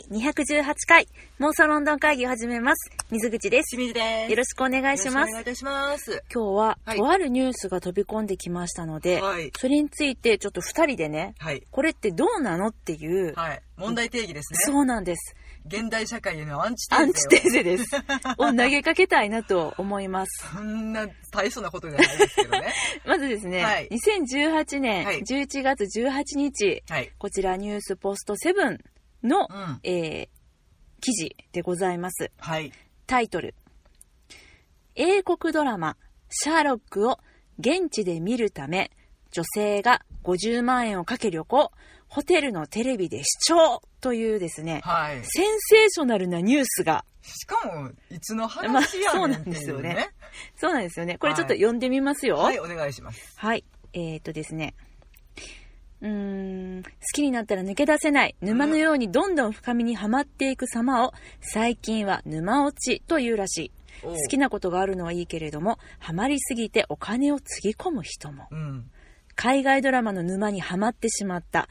第218回妄想ロンドン会議を始めます。水口です。 清水です。 よろしくお願いします。 よろしくお願いいたします。 今日は、 はい、 とあるニュースが飛び込んできましたので、 はい、 それについてちょっと2人でね、 はい、 これってどうなのっていう、 はい、問題定義ですね。 そうなんです。 現代社会へのアンチテーゼです。を投げかけたいなと思います。 そんな大層なことじゃないですけどね。 まずですね、はい、2018年11月18日、はい、こちらニュースポスト7の、記事でございます。 はい、 タイトル、英国ドラマシャーロックを現地で見るため女性が50万円をかけ旅行、ホテルのテレビで視聴というですね、 はい、 センセーショナルなニュースが、 しかもいつの話やねんっていうね、そうなんですよね。 そうなんですよね。これちょっと読んでみますよ。 はい、はい、お願いします。 はい、ですね、好きになったら抜け出せない沼のようにどんどん深みにはまっていく様を最近は沼落ちというらしい。好きなことがあるのはいいけれども、ハマりすぎてお金をつぎ込む人も、海外ドラマの沼にはまってしまった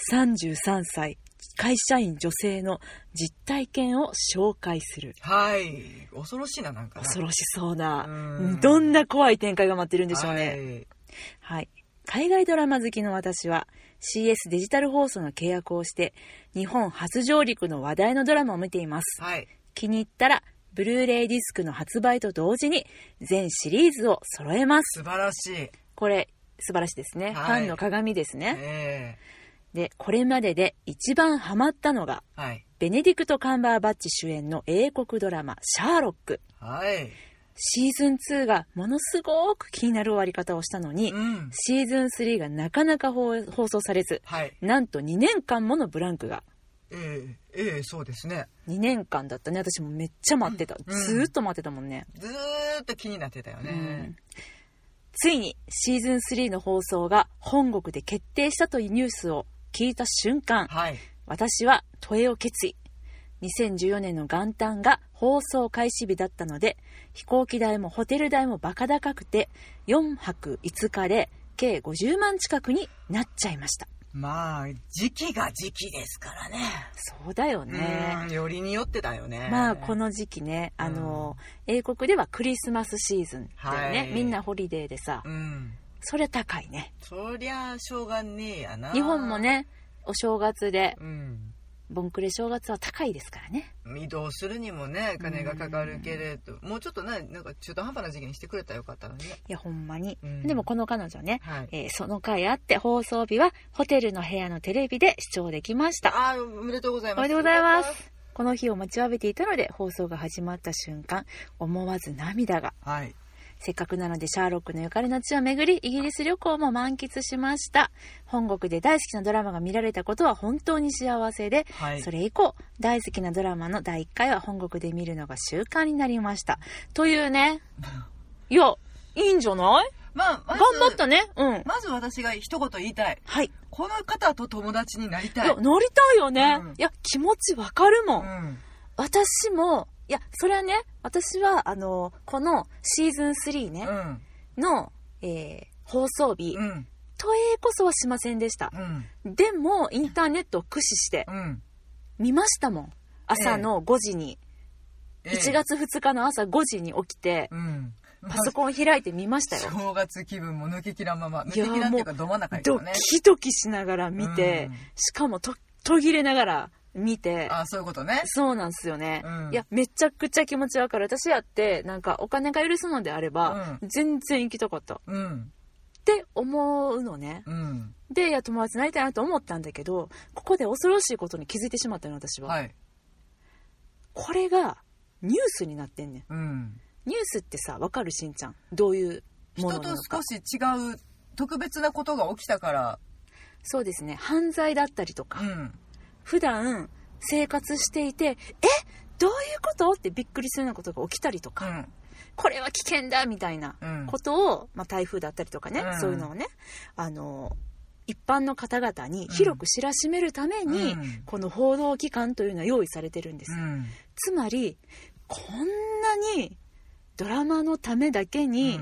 33歳会社員女性の実体験を紹介する。 はい、恐ろしいな、なんか恐ろしそうな、どんな怖い展開が待ってるんでしょうね。はい、はい、海外ドラマ好きの私は CS デジタル放送の契約をして日本初上陸の話題のドラマを見ています。 はい、 気に入ったらブルーレイディスクの発売と同時に全シリーズを揃えます。 素晴らしい。これ素晴らしいですね、 はい、 ファンの鏡ですね。で、これまでで一番ハマったのが、はい、ベネディクト・カンバーバッチ主演の英国ドラマシャーロック、 はい、 シーズン2がものすごく気になる終わり方をしたのに、シーズン3がなかなか放送されず、はい、なんと2年間ものブランクが。 そうですね。 2年間だったね。私もめっちゃ待ってた、ずーっと待ってたもんね。 ずーっと気になってたよね。 ついにシーズン3の放送が本国で決定したというニュースを聞いた瞬間、はい、私は都営を決意。2014年の元旦が放送開始日だったので、飛行機代もホテル代もバカ高くて4泊5日で計50万近くになっちゃいました。 まあ時期が時期ですからね。 そうだよね。 よりによってだよね。 まあこの時期ね、英国ではクリスマスシーズンだよね、はい、みんなホリデーでさ、そりゃ高いね。 そりゃしょうがねえやな。 日本もね、お正月で、ボンクレ正月は高いですからね。 移動するにもね、金がかかるけれど、もうちょっとね、なんか中途半端な時期にしてくれたらよかったのね。 いやほんまに、でもこの彼女ね、はい、その回あって放送日はホテルの部屋のテレビで視聴できました。 おめでとうございます。 おめでとうございます。この日を待ちわびていたので、放送が始まった瞬間思わず涙が、はい、せっかくなのでシャーロックのゆかりの地を巡り、イギリス旅行も満喫しました。本国で大好きなドラマが見られたことは本当に幸せで、はい、それ以降大好きなドラマの第1回は本国で見るのが習慣になりましたというね。いや、いいんじゃない？まあ、頑張ったね。 まず私が一言言いたい。 はい。 この方と友達になりたい。 いや、なりたいよね。いや、気持ちわかるもん。私も、いや、それはね、私は、このシーズン3ね、の、放送日、都営こそはしませんでした。でも、インターネットを駆使して、見ましたもん。朝の5時に。1月2日の朝5時に起きて、パソコン開いて見ましたよ。 正月気分も抜けきらんまま、抜けきらんっていうかど真ん中やからね。 ドキドキしながら見て、しかも途切れながら見て。 そういうことね。 そうなんですよね。いや、めちゃくちゃ気持ちわかる。私やって、なんかお金が許すのであれば、全然行きたかった。って思うのね。で、いや、友達になりたいなと思ったんだけど、ここで恐ろしいことに気づいてしまったの、私は。はい、これがニュースになってんねん。ニュースってさ、わかる？しんちゃん、どういうものなのか。 人と少し違う特別なことが起きたから。 そうですね。犯罪だったりとか、普段生活していて、どういうことってびっくりするようなことが起きたりとか、これは危険だみたいなことを、台風だったりとかね、そういうのをね、一般の方々に広く知らしめるために、この報道機関というのは用意されてるんです。つまりこんなにドラマのためだけに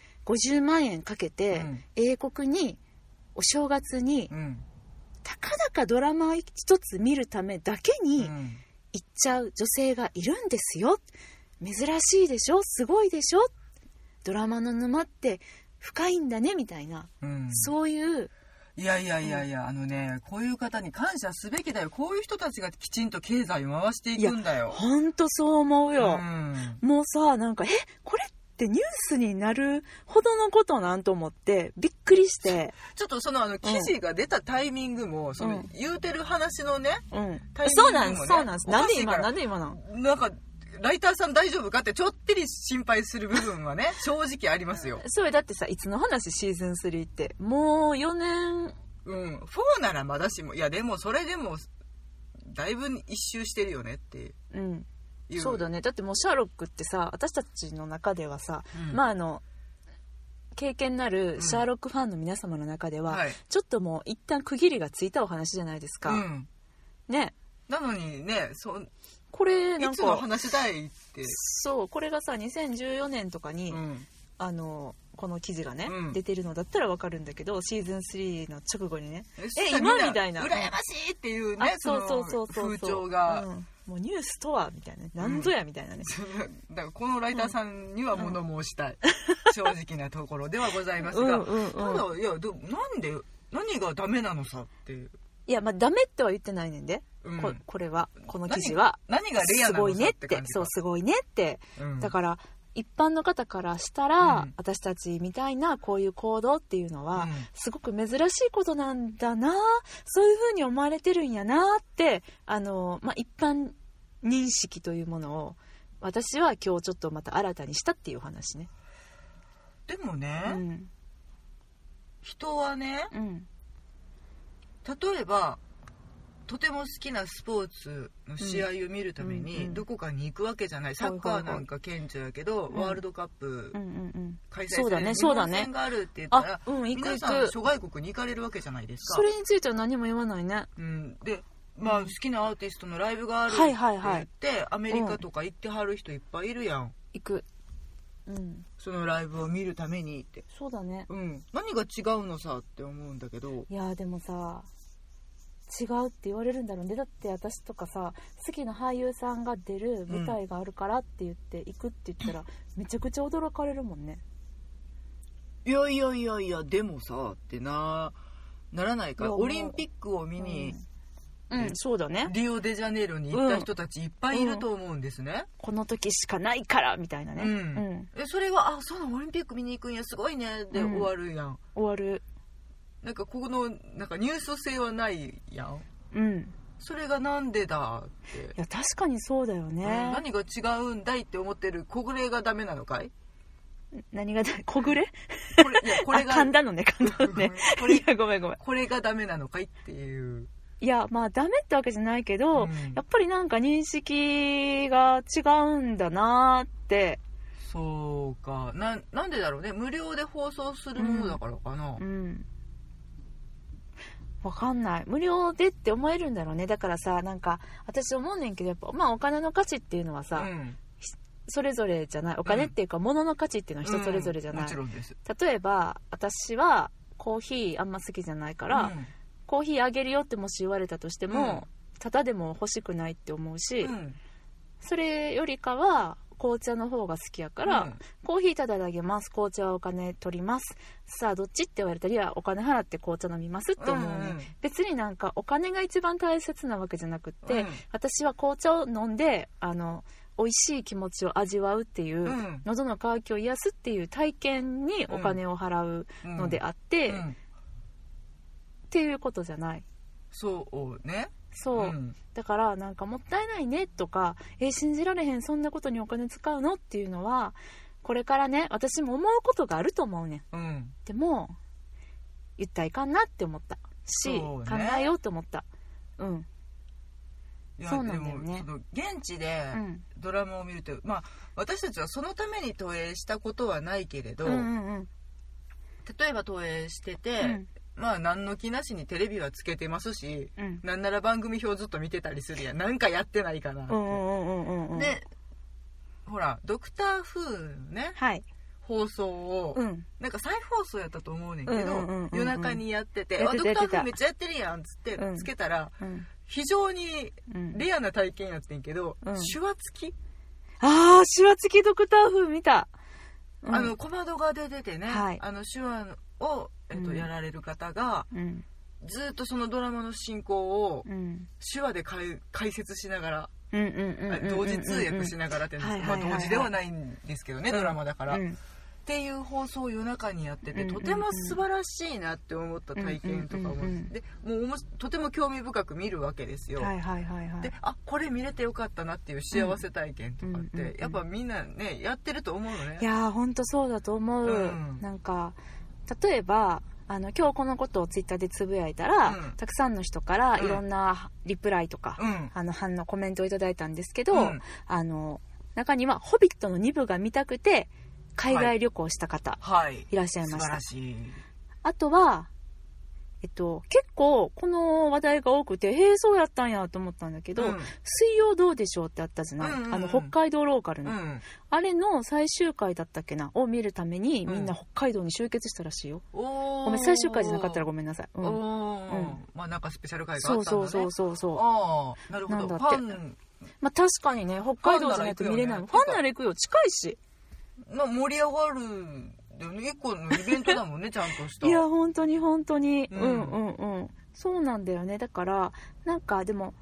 50万円かけて、英国にお正月にたかだかドラマ一つ見るためだけに言っちゃう女性がいるんですよ。珍しいでしょ、すごいでしょ、ドラマの沼って深いんだねみたいな、そういういやこういう方に感謝すべきだよ。こういう人たちがきちんと経済を回していくんだよ。 ほんとそう思うよ、もうさ、なんかこれってニュースになるほどのことなんと思ってびっくりして、 ちょっとその記事が出たタイミングも、その言うてる話のね、タイミングもね、 そうなんです。なんで今なんかライターさん大丈夫かってちょっぴり心配する部分はね正直ありますよ。 それだってさ、いつの話シーズン3ってもう4年。 4ならまだしも、いやでもそれでもだいぶ一周してるよねっていう、 そうだね。だってもうシャーロックってさ、私たちの中ではさ、経験なるシャーロックファンの皆様の中では、ちょっともう一旦区切りがついたお話じゃないですか、ね。 なのにね、 これなんかいつの話だいって、 そうこれがさ2014年とかに、この記事がね、出てるのだったらわかるんだけど、シーズン3の直後にね、今みたいな羨ましいっていうね、そう風潮が、 もうニュースとはみたいな、何ぞやみたいなね、 だからこのライターさんには物申したい、正直なところではございますが、なんで何がダメなのさっていう。 いや、ダメっては言ってないねんで、これはこの記事は何がレアなのさって感じか。 そう、すごいねって、だから一般の方からしたら、私たちみたいなこういう行動っていうのは、すごく珍しいことなんだな、そういう風に思われてるんやなって一般認識というものを私は今日ちょっとまた新たにしたっていう話ね。 でもね、人はね、例えばとても好きなスポーツの試合を見るためにどこかに行くわけじゃない。サッカーなんか顕著やけど、ワールドカップ開催される日本戦があるって言ったら、皆さん諸外国に行かれるわけじゃないですか。 それについては何も言わないね。 で、好きなアーティストのライブがあるって言って、アメリカとか行ってはる人いっぱいいるやん。 行く。 そのライブを見るためにって。 そうだね。 何が違うのさって思うんだけど。 いやでもさ、違うって言われるんだろうね。だって私とかさ、好きな俳優さんが出る舞台があるからって言って行くって言ったら、めちゃくちゃ驚かれるもんね。 いやでもさってならないか。オリンピックを見に、 そうだね、 リオデジャネイロに行った人たちいっぱいいると思うんですね、 この時しかないからみたいなね、 それはそのオリンピック見に行くんや、すごいねで終わるやん、 終わる。 なんかここのなんかニュース性はないやん、それがなんでだって。 いや確かにそうだよね、 何が違うんだいって思ってる小暮がダメなのかい。 何が小暮これが噛んだのねいやごめんこれがダメなのかいっていう。 いやダメってわけじゃないけど、やっぱりなんか認識が違うんだなって。 そうか、なんでだろうね。無料で放送するものだからかな、 わかんない。無料でって思えるんだろうね。だからさ、なんか私思うねんけど、やっぱお金の価値っていうのはさ、それぞれじゃない。お金っていうか物の価値っていうのは人それぞれじゃない、 もちろんです。 例えば私はコーヒーあんま好きじゃないから、コーヒーあげるよってもし言われたとしても、ただでも欲しくないって思うし、それよりかは紅茶の方が好きやから、コーヒータダであげます、紅茶はお金取ります、さあどっちって言われたら、いやお金払って紅茶飲みますって思うね、別になんかお金が一番大切なわけじゃなくって、私は紅茶を飲んで美味しい気持ちを味わうっていう、喉の渇きを癒すっていう体験にお金を払うのであって、っていうことじゃない。 そうね。 そう、だからなんかもったいないねとか、信じられへん、そんなことにお金使うのっていうのはこれからね、私も思うことがあると思うね、でも言ったらいかんなって思ったし、考えようと思った。そうなんだよね。 でも現地でドラマを見ると、私たちはそのために投影したことはないけれど、例えば投影してて、何の気なしにテレビはつけてますし、なんなら番組表ずっと見てたりするやん。なんかやってないかなって、でほらドクター風のね、放送を、なんか再放送やったと思うねんけど、夜中にやってて、ドクター風めっちゃやってるやんっつってつけたら、 非常にレアな体験やってんけど、 うん、 手話付き、 手話付きドクター風見た、 小窓が出ててね、 はい、 手話を、やられる方が、ずっとそのドラマの進行を手話で解説しながら、同時通訳しながらって言うんですけど、同時ではないんですけどね、ドラマだから、っていう放送を夜中にやってて、とても素晴らしいなって思った体験とかも、でもうとても興味深く見るわけですよ。で、これ見れてよかったなっていう幸せ体験とかって、やっぱみんなねやってると思うのね。 いやー本当そうだと思う、なんか例えば今日このことをツイッターでつぶやいたら、たくさんの人からいろんなリプライとか、反応コメントをいただいたんですけど、中にはホビットの2部が見たくて海外旅行した方、いらっしゃいました。素晴らしい。あとは、結構この話題が多くて、そうやったんやと思ったんだけど、水曜どうでしょうってあったじゃない、北海道ローカルの、あれの最終回だったっけなを見るために、みんな北海道に集結したらしいよ。ごめん、最終回じゃなかったらごめんなさい。 まあなんかスペシャル回があったんだね。 そう。 なるほど。 なんだって。まあ確かにね、北海道じゃないと見れない。ファンなら行くよ、近いし。 盛り上がる一個のイベントだもんねちゃんとした。 いや本当にそうなんだよね。だからなんかでも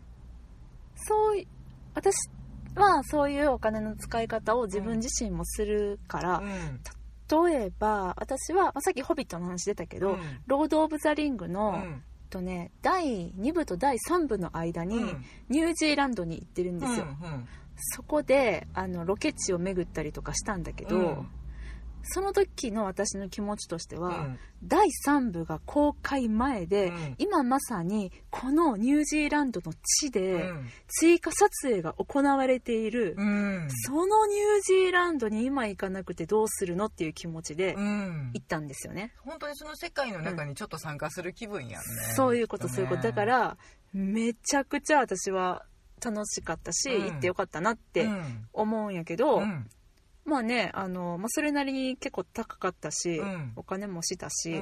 私はそういうお金の使い方を自分自身もするから、例えば私は、さっきホビットの話出たけど、ロード・オブ・ザ・リングの、第2部と第3部の間にニュージーランドに行ってるんですよ。そこでロケ地を巡ったりとかしたんだけど、その時の私の気持ちとしては、第3部が公開前で、今まさにこのニュージーランドの地で追加撮影が行われている、そのニュージーランドに今行かなくてどうするのっていう気持ちで行ったんですよね。 本当にその世界の中にちょっと参加する気分やんね。 そういうことだからめちゃくちゃ私は楽しかったし、行ってよかったなって思うんやけど、まあね、それなりに結構高かったし、お金もしたし、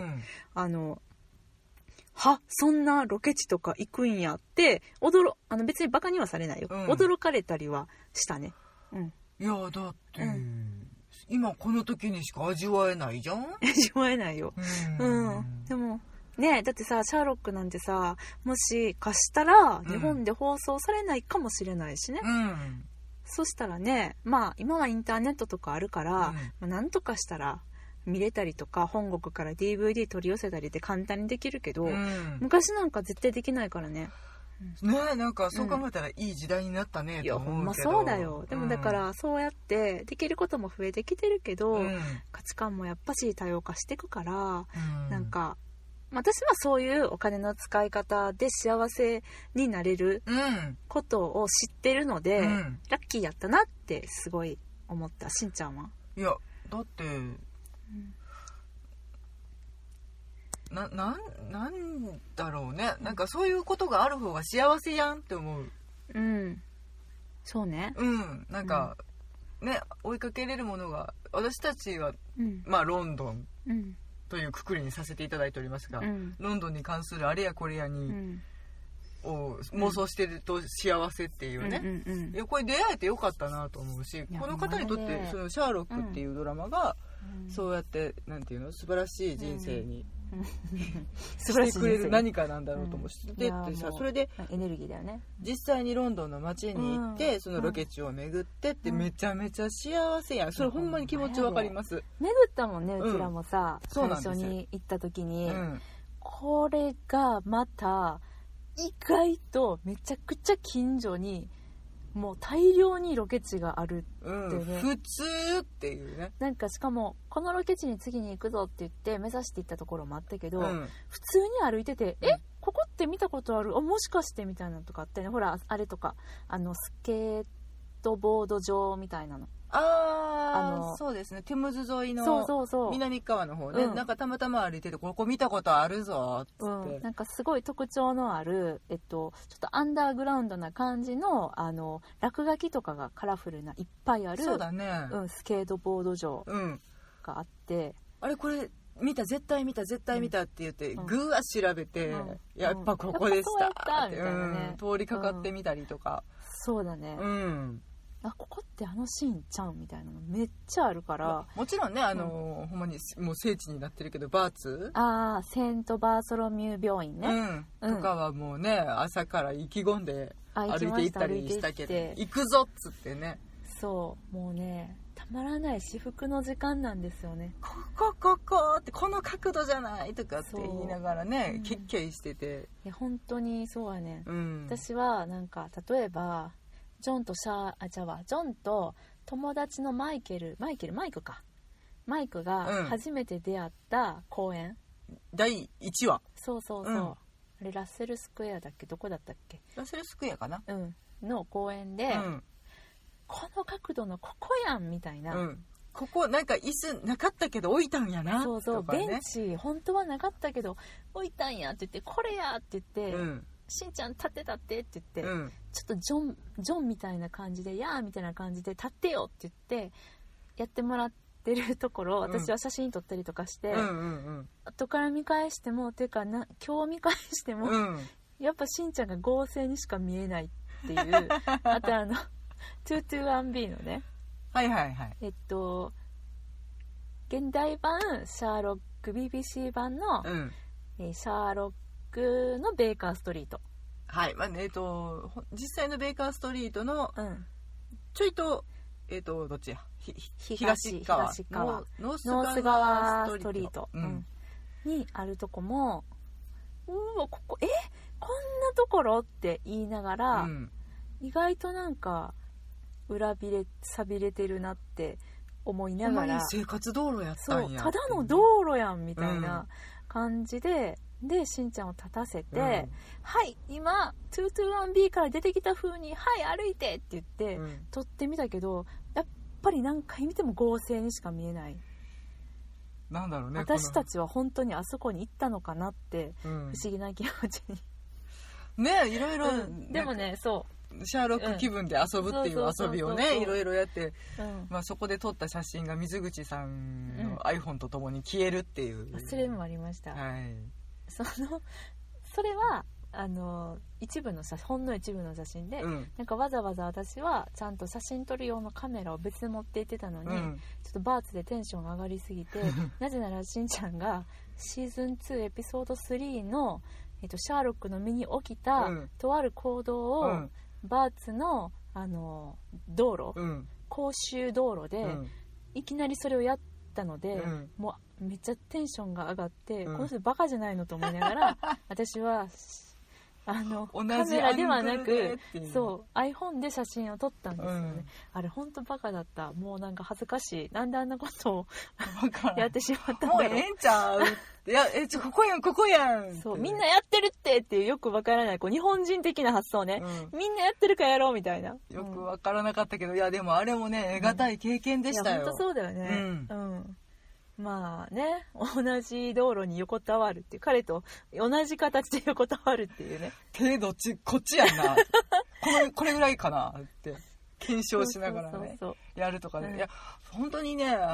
そんなロケ地とか行くんやって別にバカにはされないよ、驚かれたりはしたね。 いやだって、今この時にしか味わえないじゃん。 味わえないよ。でもね、だってさ、シャーロックなんてさ、もし貸したら日本で放送されないかもしれないしね。そしたらね、今はインターネットとかあるから、なんとかしたら見れたりとか、本国から DVD 取り寄せたりって簡単にできるけど、昔なんか絶対できないからね。 なんかそう考えたらいい時代になったねと思うけど。いやほんまそうだよ。でもだからそうやってできることも増えてきてるけど、価値観もやっぱし多様化していくから、なんか私はそういうお金の使い方で幸せになれることを知ってるので、ラッキーやったなってすごい思った。しんちゃんは？ いやだって、なんだろうね、なんかそういうことがある方が幸せやんって思う。 そうね。 なんか、ね、追いかけれるものが、私たちは、ロンドンというくくりにさせていただいておりますが、ロンドンに関するあれやこれやに、を妄想してると幸せっていうね、いやこれ出会えてよかったなと思うし、この方にとってそのシャーロックっていうドラマが、そうやってなんていうの、素晴らしい人生にしてくれる何かなんだろうと思ってってさ、それでエネルギーだよね。 実際にロンドンの街に行って、そのロケ地を巡ってってめちゃめちゃ幸せやん。それほんまに気持ちわかります。 巡ったもんね、うちらもさ、最初に行った時に、これがまた意外とめちゃくちゃ近所にもう大量にロケ地があるってね、 普通っていうね。 なんかしかもこのロケ地に次に行くぞって言って目指していったところもあったけど、普通に歩いてて、ここって見たことある、もしかしてみたいなのとかあってね。ほらあれとかスケートボード場みたいなの、 そうですね、テムズ沿いの南側の方ね、なんかたまたま歩いててここ見たことあるぞっつって、 なんかすごい特徴のある、ちょっとアンダーグラウンドな感じの落書きとかがカラフルないっぱいある、 そうだね、 スケートボード場があって、 あれこれ絶対見たって言ってぐわ調べて、やっぱここでしたって、通りかかってみたりとか、 そうだね、ここってあのシーンちゃんみたいなのめっちゃあるから、 もちろんねほんまにもう聖地になってるけどバーツセントバーソロミュー病院ね、 とかはもうね朝から意気込んで歩いて行ったりしたけど、行くぞっつってね、 そうもうねたまらない至福の時間なんですよね。 こってこの角度じゃないとかって言いながらねキッキャイしてて、 いや本当にそうやね、私はなんか例えばジョンと友達のマイクが初めて出会った公園、 第1話、 そう、あれラッセルスクエアだっけ、どこだったっけ、 ラッセルスクエアかな、 の公園で、この角度のここやんみたいな、 ここなんか椅子なかったけど置いたんやな、 そう、ベンチ本当はなかったけど置いたんやって言って、これやって言って、しんちゃん立ってって言って、ちょっとジョンみたいな感じでやーみたいな感じで立ってよって言ってやってもらってるところ、私は写真撮ったりとかして、後から見返してもっていうか今日見返しても、やっぱしんちゃんが合成にしか見えないっていうあと221B のね、現代版シャーロック BBC 版の、シャーロックのベーカーストリート、 実際のベーカーストリートの、ちょいとどっちや東側のノース川ストリート、 にあるとこも、こここんなところって言いながら、意外となんか錆びれてるなって思いながら、 生活道路やったんや、 ただの道路やんみたいな感じで、しんちゃんを立たせて、はい今 221B から出てきた風にはい歩いてって言って、撮ってみたけど、やっぱり何回見ても合成にしか見えない。 なんだろうね、 私たちは本当にあそこに行ったのかなって、不思議な気持ちにね、いろいろ、 でもね、そうシャーロック気分で遊ぶっていう遊びをねいろいろやって、そこで撮った写真が水口さんの iPhone とともに消えるっていう、 それもありました、それはほんの一部の写真で、なんかわざわざ私はちゃんと写真撮る用のカメラを別で持って行ってたのに、ちょっとバーツでテンションが上がりすぎてなぜならしんちゃんがシーズン2エピソード3の、シャーロックの身に起きた、とある行動を、バーツの、道路、公衆道路で、いきなりそれをやったので、もうめっちゃテンションが上がって、この人バカじゃないのと思いながら私はカメラではなくiPhone で写真を撮ったんですよね、あれ本当バカだった。もうなんか恥ずかしい、なんであんなことをやってしまったんだろう。 もうええんちゃういやここやんそうみんなやってるっていうよくわからない日本人的な発想ね、みんなやってるからやろうみたいな、 よくわからなかったけど、いやでもあれもね得難い経験でしたよ。 いや本当そうだよね、まあね、同じ道路に横たわるっていう、彼と同じ形で横たわるっていうね、 手どっちこっちやんなこれぐらいかなって検証しながらねやるとかね、いや本当にね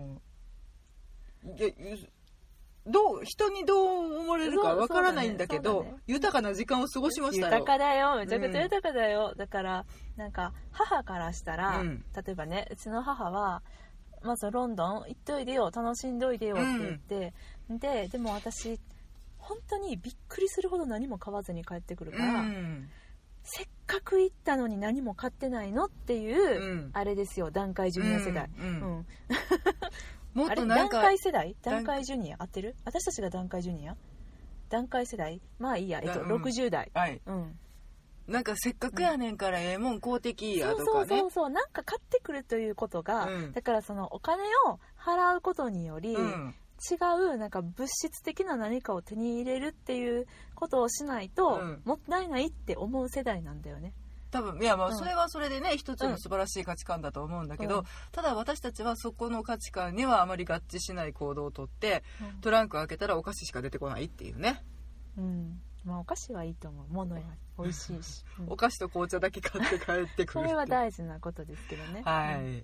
人にどう思われるかわからないんだけど、豊かな時間を過ごしましたよ。 豊かだよ、めちゃくちゃ豊かだよ、だからなんか母からしたら、例えばね、うちの母はまずロンドン行っといでよ、楽しんどいでよって言って、でも私本当にびっくりするほど何も買わずに帰ってくるから、せっかく行ったのに何も買ってないのっていう、あれですよ、団塊ジュニア世代、もっとなんか団塊世代、団塊ジュニア合ってる？私たちが団塊ジュニア、団塊世代、まあいいや、60代、 なんかせっかくやねんからもん公的やとかね、 そうなんか買ってくるということが、だからそのお金を払うことにより、違うなんか物質的な何かを手に入れるっていうことをしないと、もったいないって思う世代なんだよね。 多分いや、まあそれはそれでね、一つの素晴らしい価値観だと思うんだけど、ただ私たちはそこの価値観にはあまり合致しない行動をとって、トランク開けたらお菓子しか出てこないっていうね。 まあお菓子はいいと思う、物や美味しいし、 お菓子と紅茶だけ買って帰ってくるそれは大事なことですけどね。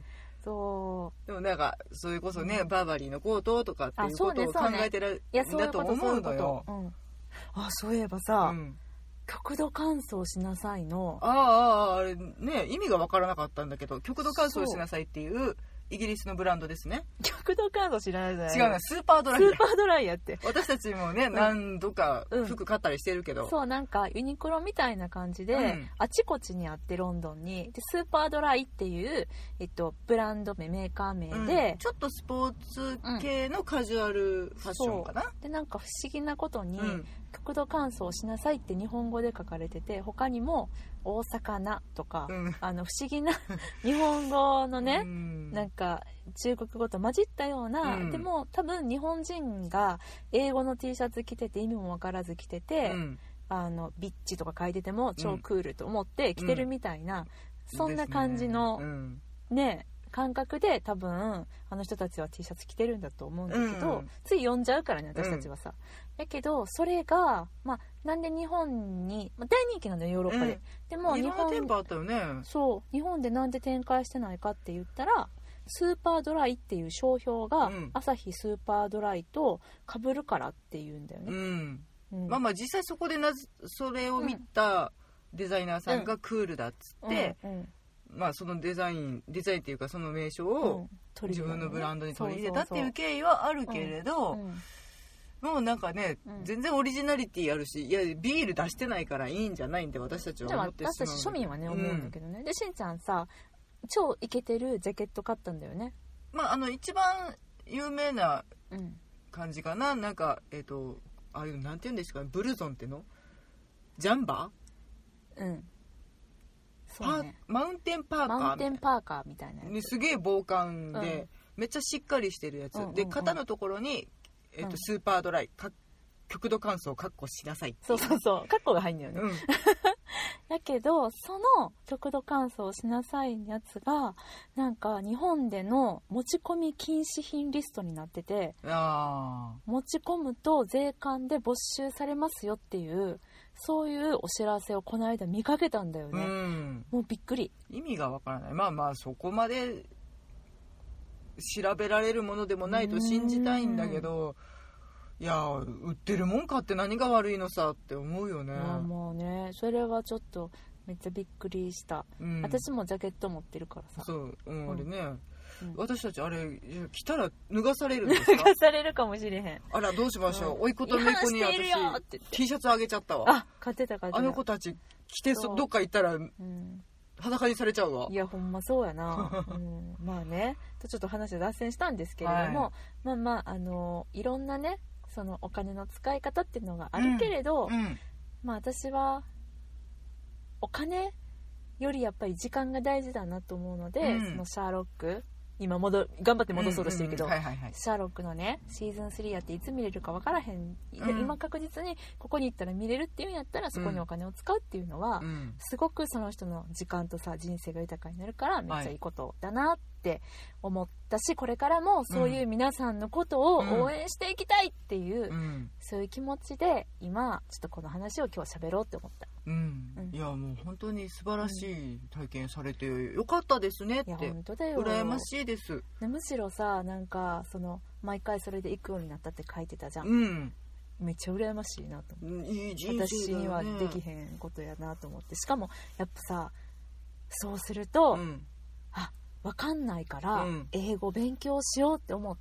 そうでもなんかそれこそね、バーバリーのコートとかっていうことを考えてるんだと思うのよ。 そういえばさ、極度乾燥しなさいのあれね、意味が分からなかったんだけど、極度乾燥しなさいっていうイギリスのブランドですね。 極度乾燥知らないじゃない。 違うな、スーパードライ。 スーパードライやって。 私たちもね、何度か服買ったりしてるけど。 そう、なんかユニクロみたいな感じで、あちこちにあってロンドンに。で、スーパードライっていう、ブランド名、メーカー名で、 ちょっとスポーツ系のカジュアルファッションかな。 で、なんか不思議なことに、極度乾燥しなさいって日本語で書かれてて、他にも大魚とか、不思議な日本語のね、なんか中国語と混じったような、でも多分日本人が英語の T シャツ着てて意味も分からず着てて、ビッチとか書いてても超クールと思って着てるみたいな、そんな感じのね感覚で多分あの人たちは T シャツ着てるんだと思うんだけど、つい読んじゃうからね私たちはさ、だけどそれがなんで日本に、大人気なのよヨーロッパで、でも日本いろんな店舗あったよね。 そう日本でなんで展開してないかって言ったら、スーパードライっていう商標がアサヒスーパードライと被るからっていうんだよね。 実際そこでそれを見たデザイナーさんがクールだっつって、そのデザインっていうかその名称を自分のブランドに取り入れたっていう経緯はあるけれど、もうなんかね、全然オリジナリティあるし、いやビール出してないからいいんじゃないんで私たちは思ってしまう。 私たち庶民はね思うんだけどね。でしんちゃんさ、超イケてるジャケット買ったんだよね。 一番有名な感じかな、なんかああいうなんて言うんですか、ブルゾンってのジャンバー、そうね、マウンテンパーカーみたいなやつ、すげえ防寒で、めっちゃしっかりしてるやつ、で肩のところに、スーパードライ極度乾燥カッコしなさいっていう、 そうカッコが入んだよね、だけどその極度乾燥しなさいやつがなんか日本での持ち込み禁止品リストになってて、持ち込むと税関で没収されますよっていうそういうお知らせをこの間見かけたんだよね。もうびっくり、 意味がわからない。そこまで調べられるものでもないと信じたいんだけど、いや売ってるもん買って何が悪いのさって思うよね。 もうね、それはちょっとめっちゃびっくりした、私もジャケット持ってるからさ。 そう、あれね、私たちあれ着たら脱がされるんですか？ 脱がされるかもしれへん。 あらどうしましょう、甥っ子と姪っ子に私 T シャツあげちゃったわ。 買ってたあの子たち着てどっか行ったら、裸にされちゃうわ。 いやほんまそうやな、まあねちょっと話脱線したんですけれども、いろんなねそのお金の使い方っていうのがあるけれど、私はお金よりやっぱり時間が大事だなと思うので、そのシャーロック今頑張って戻そうとしてるけど、シャーロックのねシーズン3やっていつ見れるか分からへん、今確実にここに行ったら見れるっていうんやったらそこにお金を使うっていうのは、すごくその人の時間とさ人生が豊かになるからめっちゃいいことだなって思ったし、これからもそういう皆さんのことを応援していきたいっていう、そういう気持ちで今ちょっとこの話を今日喋ろうって思った。 いやもう本当に素晴らしい体験されてよかったですねって。いや本当だよ、 羨ましいです。 むしろさなんかその毎回それで行くようになったって書いてたじゃん、めっちゃ羨ましいなと思って、 いい人生だね、 私にはできへんことやなと思って、しかもやっぱさそうすると、分かんないから、英語勉強しようって思って、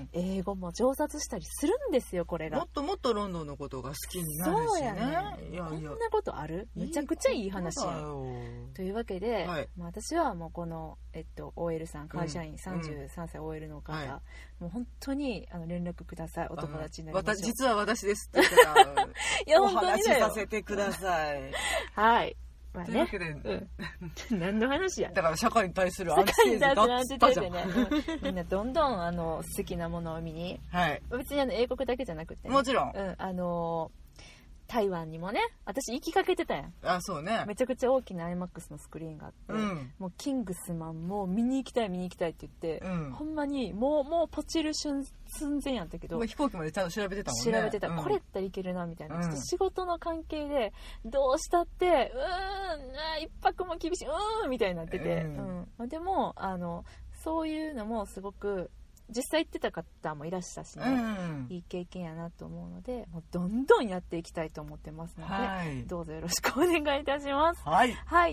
英語も上達したりするんですよ。これがもっともっとロンドンのことが好きになるしね。 そうやね。こんなことある？めちゃくちゃいい話やというわけで、私はもうこの、OL さん会社員、33歳 OL の方、もう本当に連絡ください。お友達になりましょう。 実は私ですって言ったらいやお話しさせてください。 はい。 というわけで、 何の話や。 だから社会に対するアンチテーゼだったじゃん。 みんなどんどん好きなものを見に、別に英国だけじゃなくて、 もちろん、 台湾にもね私行きかけてたやん。 そうね。 めちゃくちゃ大きな IMAX のスクリーンがあって、もうキングスマンも見に行きたいって言って、ほんまにもうポチる寸前やったけど、 飛行機までちゃんと調べてたもんね。 調べてた、これやったらいけるなみたいな、ちょっと仕事の関係でどうしたって一泊も厳しいみたいになってて、でもそういうのもすごく実際行ってた方もいらっしゃしね、いい経験やなと思うので、もうどんどんやっていきたいと思ってますので、どうぞよろしくお願いいたします。はい、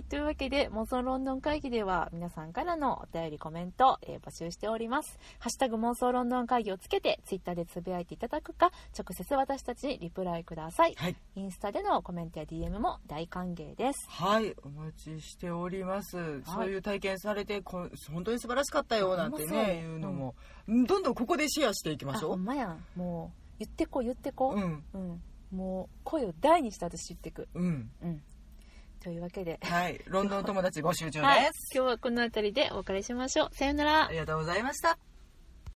というわけで妄想ロンドン会議では皆さんからのお便りコメント、募集しております。ハッシュタグ妄想ロンドン会議をつけてツイッターでつぶやいていただくか、直接私たちにリプライください。インスタでのコメントや DM も大歓迎です。 はい、お待ちしております。そういう体験されて本当に素晴らしかったよなんてね、いうのも、どんどんここでシェアしていきましょう。 ほんまやん。もう言ってこもう声を大にして私言ってく。というわけで、 ロンドン友達募集中です。 今日はこの辺りでお別れしましょう。さよなら。 ありがとうございました。